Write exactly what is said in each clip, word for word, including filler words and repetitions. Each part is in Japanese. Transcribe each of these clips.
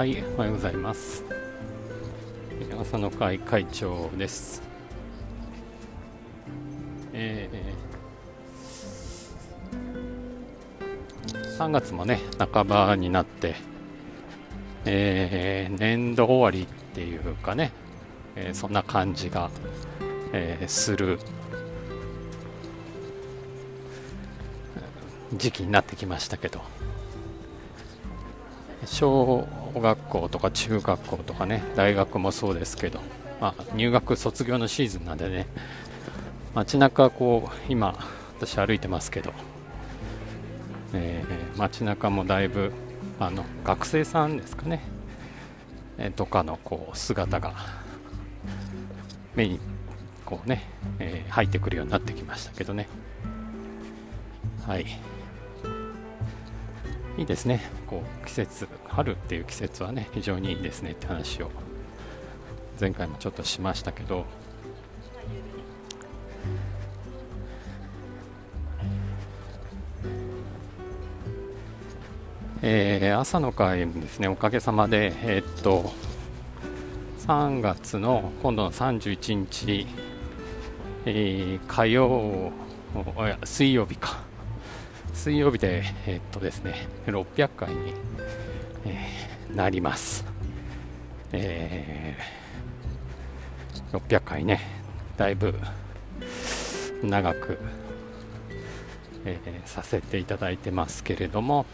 はい、おはようございます。朝の会会長です。えー、さんがつもね半ばになって、えー、年度終わりっていうかね、えー、そんな感じが、えー、する時期になってきましたけど、小学校とか中学校とかね、大学もそうですけど、まあ、入学卒業のシーズンなんでね、街中こう今私歩いてますけど、えー、街中もだいぶあの学生さんですかね、えー、とかのこう姿が目にこうね、えー、入ってくるようになってきましたけどね。はい、いいですね。こう季節、春っていう季節はね非常にいいですねって話を前回もちょっとしましたけど、えー、朝の会ですね、おかげさまで、えー、っとさんがつの今度のさんじゅういちにち、えー、火曜水曜日か水曜日で、えー、っとですね、ろっぴゃっかいに、えー、なります。えー、ろっぴゃっかいね、だいぶ長く、えー、させていただいてますけれども、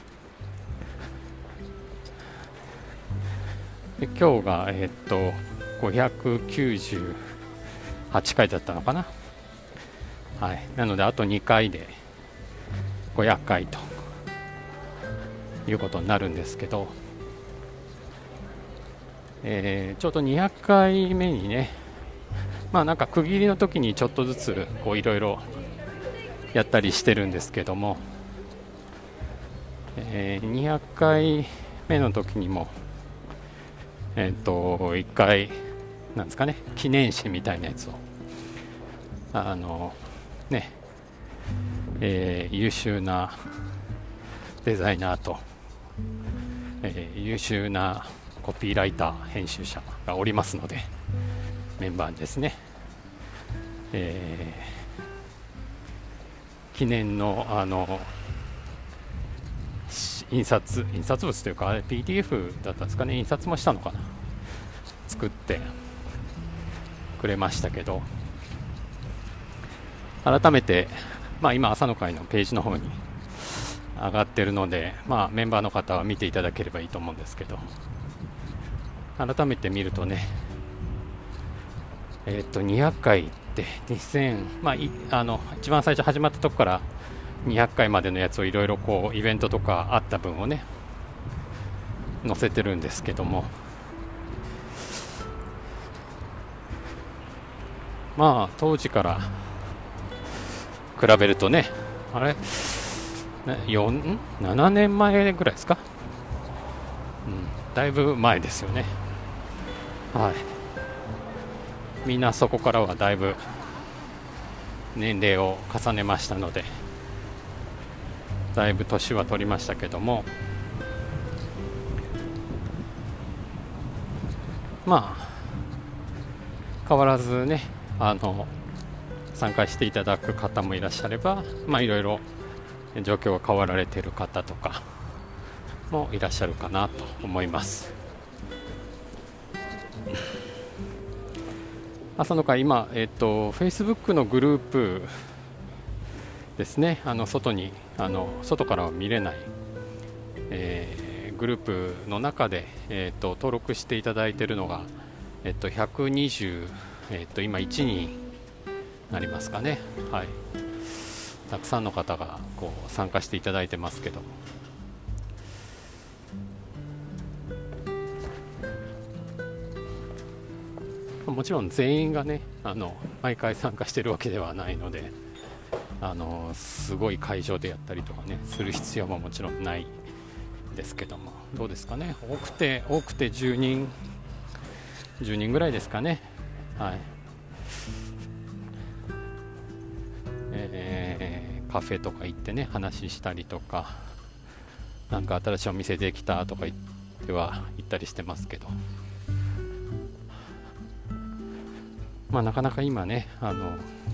で今日が、えー、っとごひゃくきゅうじゅうはちかいだったのかな。はい、なのであとにかいでごひゃっかいということになるんですけど、えー、ちょうどにひゃっかいめにね、まあなんか区切りの時にちょっとずつこういろいろやったりしてるんですけども、えー、にひゃっかいめの時にもえっといっかいなんですかね、記念誌みたいなやつをあのね、えー、優秀なデザイナーと、えー、優秀なコピーライター編集者がおりますので、メンバーにですね、えー、記念のあの印刷印刷物というか ピーティーエフ だったんですかね、印刷もしたのかな、作ってくれましたけど、改めて、まあ、今朝の会のページの方に上がってるので、まあ、メンバーの方は見ていただければいいと思うんですけど、改めて見るとね、えー、っとにひゃっかいってにせん、まあ、いあの一番最初始まったとこからにひゃっかいまでのやつをいろいろこうイベントとかあった分をね載せてるんですけども、まあ当時から比べるとね、あれよん、ななねんまえぐらいですか、うん、だいぶ前ですよね。はい、みんなそこからはだいぶ年齢を重ねましたので、だいぶ年は取りましたけども、まあ変わらずね、あの参加していただく方もいらっしゃれば、まあいろいろ状況が変わられている方とかもいらっしゃるかなと思います。朝の会今、えっと、Facebook のグループですね、あの外にあの外からは見れない、えー、グループの中で、えっと、登録していただいているのが、えっと、ひゃくにじゅう、えっと、今いちになりますかね。はい、たくさんの方がこう参加していただいてますけど、もちろん全員がねあの毎回参加しているわけではないので、あのすごい会場でやったりとかねする必要ももちろんないですけども、どうですかね、多くて多くてじゅうにんじゅうにんぐらいですかね。はい、えー、カフェとか行ってね話したりとか、なんか新しいお店できたとか言ってでは行ったりしてますけど、まあなかなか今ね、あの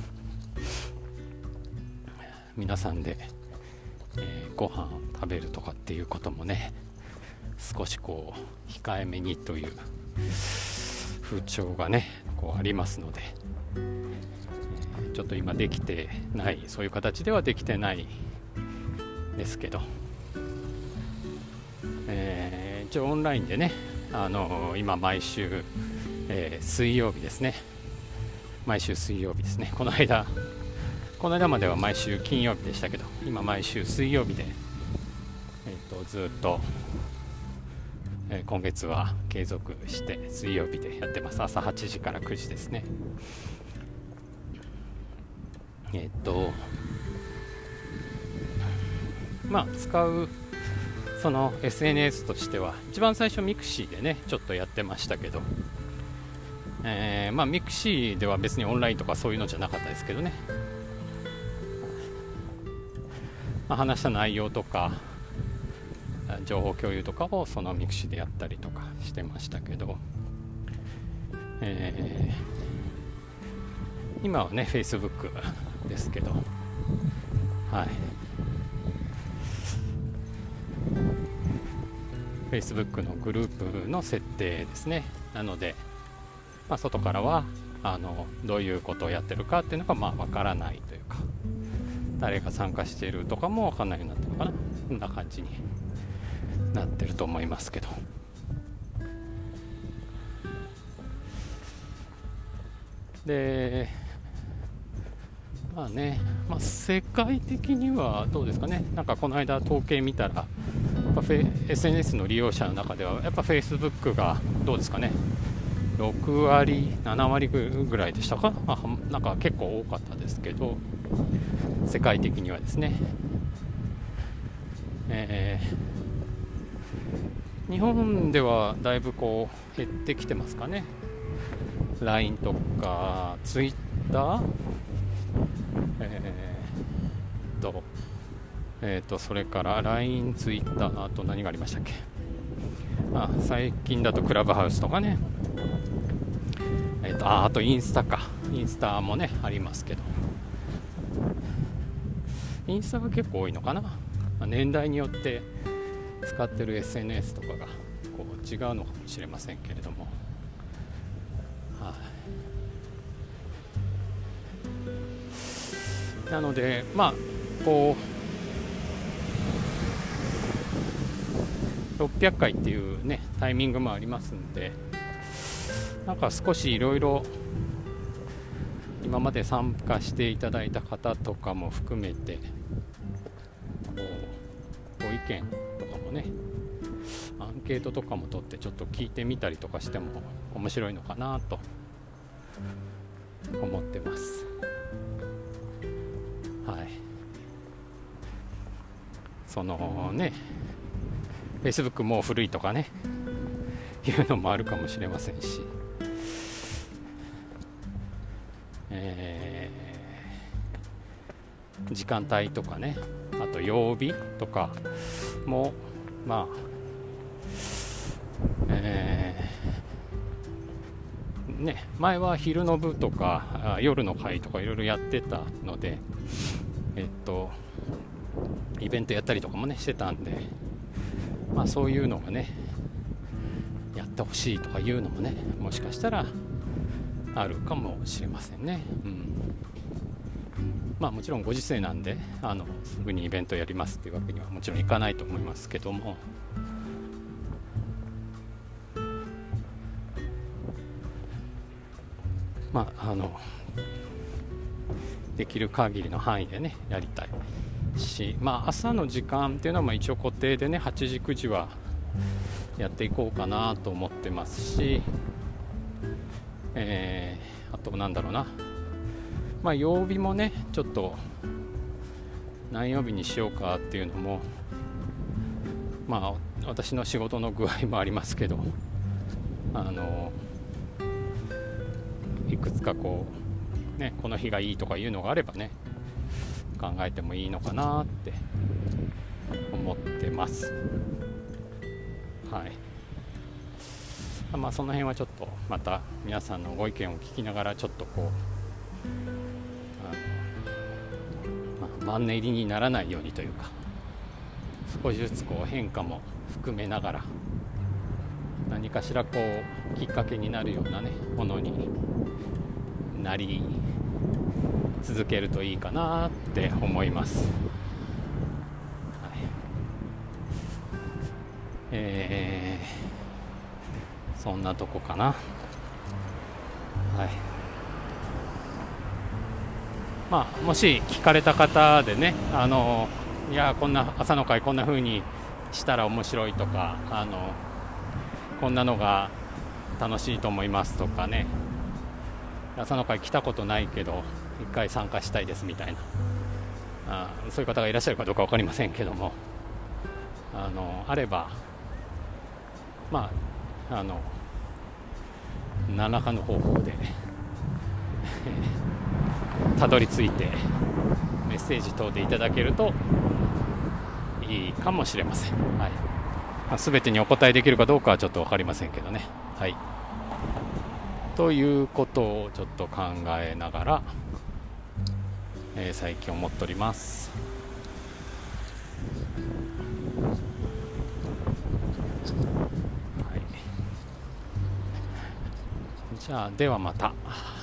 皆さんで、えー、ご飯を食べるとかっていうこともね、少しこう控えめにという風潮がねこうありますので、えー、ちょっと今できてない、そういう形ではできてないですけど、えー、一応オンラインでね、あのー、今毎週、えー、水曜日ですね、毎週水曜日ですね、この間この間までは毎週金曜日でしたけど、今毎週水曜日で、えー、とずっと、えー、今月は継続して水曜日でやってます。朝はちじからくじですね。えっ、ー、とまあ使うその エスエヌエス としては、一番最初ミクシーでねちょっとやってましたけど、えー、まあミクシーでは別にオンラインとかそういうのじゃなかったですけどね、まあ、話した内容とか情報共有とかをそのミクシーでやったりとかしてましたけど、えー、今はね Facebook ですけど、はい、Facebook のグループの設定ですね。なので、まあ、外からはあのどういうことをやってるかっていうのがまあ分からないというか、誰が参加しているとかも分からないようになってるのかな、そんな感じになってると思いますけど、でまあね、まあ、世界的にはどうですかね。なんかこの間統計見たら、やっぱ エスエヌエス の利用者の中ではやっぱ Facebook がどうですかね、ろくわりななわりぐらいでしたか、あ、なんか結構多かったですけど、世界的にはですね、えー、日本ではだいぶこう減ってきてますかね。 ライン とか Twitter、えー、とえーとそれから ライン、Twitter、あと何がありましたっけ、あ、最近だとクラブハウスとかね、えーとあ、あとインスタか、インスタもねありますけど、インスタが結構多いのかな。年代によって使ってる エスエヌエス とかがこう違うのかもしれませんけれども、はい、なのでまあこうろっぴゃっかいっていうねタイミングもありますんで、なんか少しいろいろ今まで参加していただいた方とかも含めて、こうご意見とかもね、アンケートとかも取ってちょっと聞いてみたりとかしても面白いのかなと思ってます。はい、そのね Facebook もう古いとかねいうのもあるかもしれませんし、えー、時間帯とかね、あと曜日とかもまあ、えー、ね、前は昼の部とか夜の会とかいろいろやってたので、えっとイベントやったりとかもねしてたんで、まあそういうのがねやってほしいとかいうのもね、もしかしたらあるかもしれませんね。うん、まあもちろんご時世なんで、あのすぐにイベントやりますっていうわけにはもちろんいかないと思いますけども、まああのできる限りの範囲でねやりたいし、まあ朝の時間っていうのはまあ一応固定でねはちじくじはやっていこうかなと思ってますし、えー、あとなんだろうな、まあ曜日もねちょっと何曜日にしようかっていうのも、まあ私の仕事の具合もありますけど、あのいくつかこうねこの日がいいとかいうのがあればね考えてもいいのかなって思ってます。はい。 まあ、その辺はちょっとまた皆さんのご意見を聞きながらちょっとこうあの、まあ、マンネリにならないようにというか、少しずつこう変化も含めながら何かしらこうきっかけになるようなねものになり続けるといいかなって思います。はい、えー、そんなとこかな。はい。まあ、もし聞かれた方でね、あのいやこんな朝の会こんな風にしたら面白いとか、あのこんなのが楽しいと思いますとかね、朝の会来たことないけど一回参加したいですみたいな、あそういう方がいらっしゃるかどうか分かりませんけども、あのあればまああの何らかの方法でたどり着いてメッセージ等でいただけるといいかもしれません。はい、まあ、全てにお答えできるかどうかはちょっと分かりませんけどね。はい、ということをちょっと考えながら、えー、最近思っております。はい、じゃあではまた。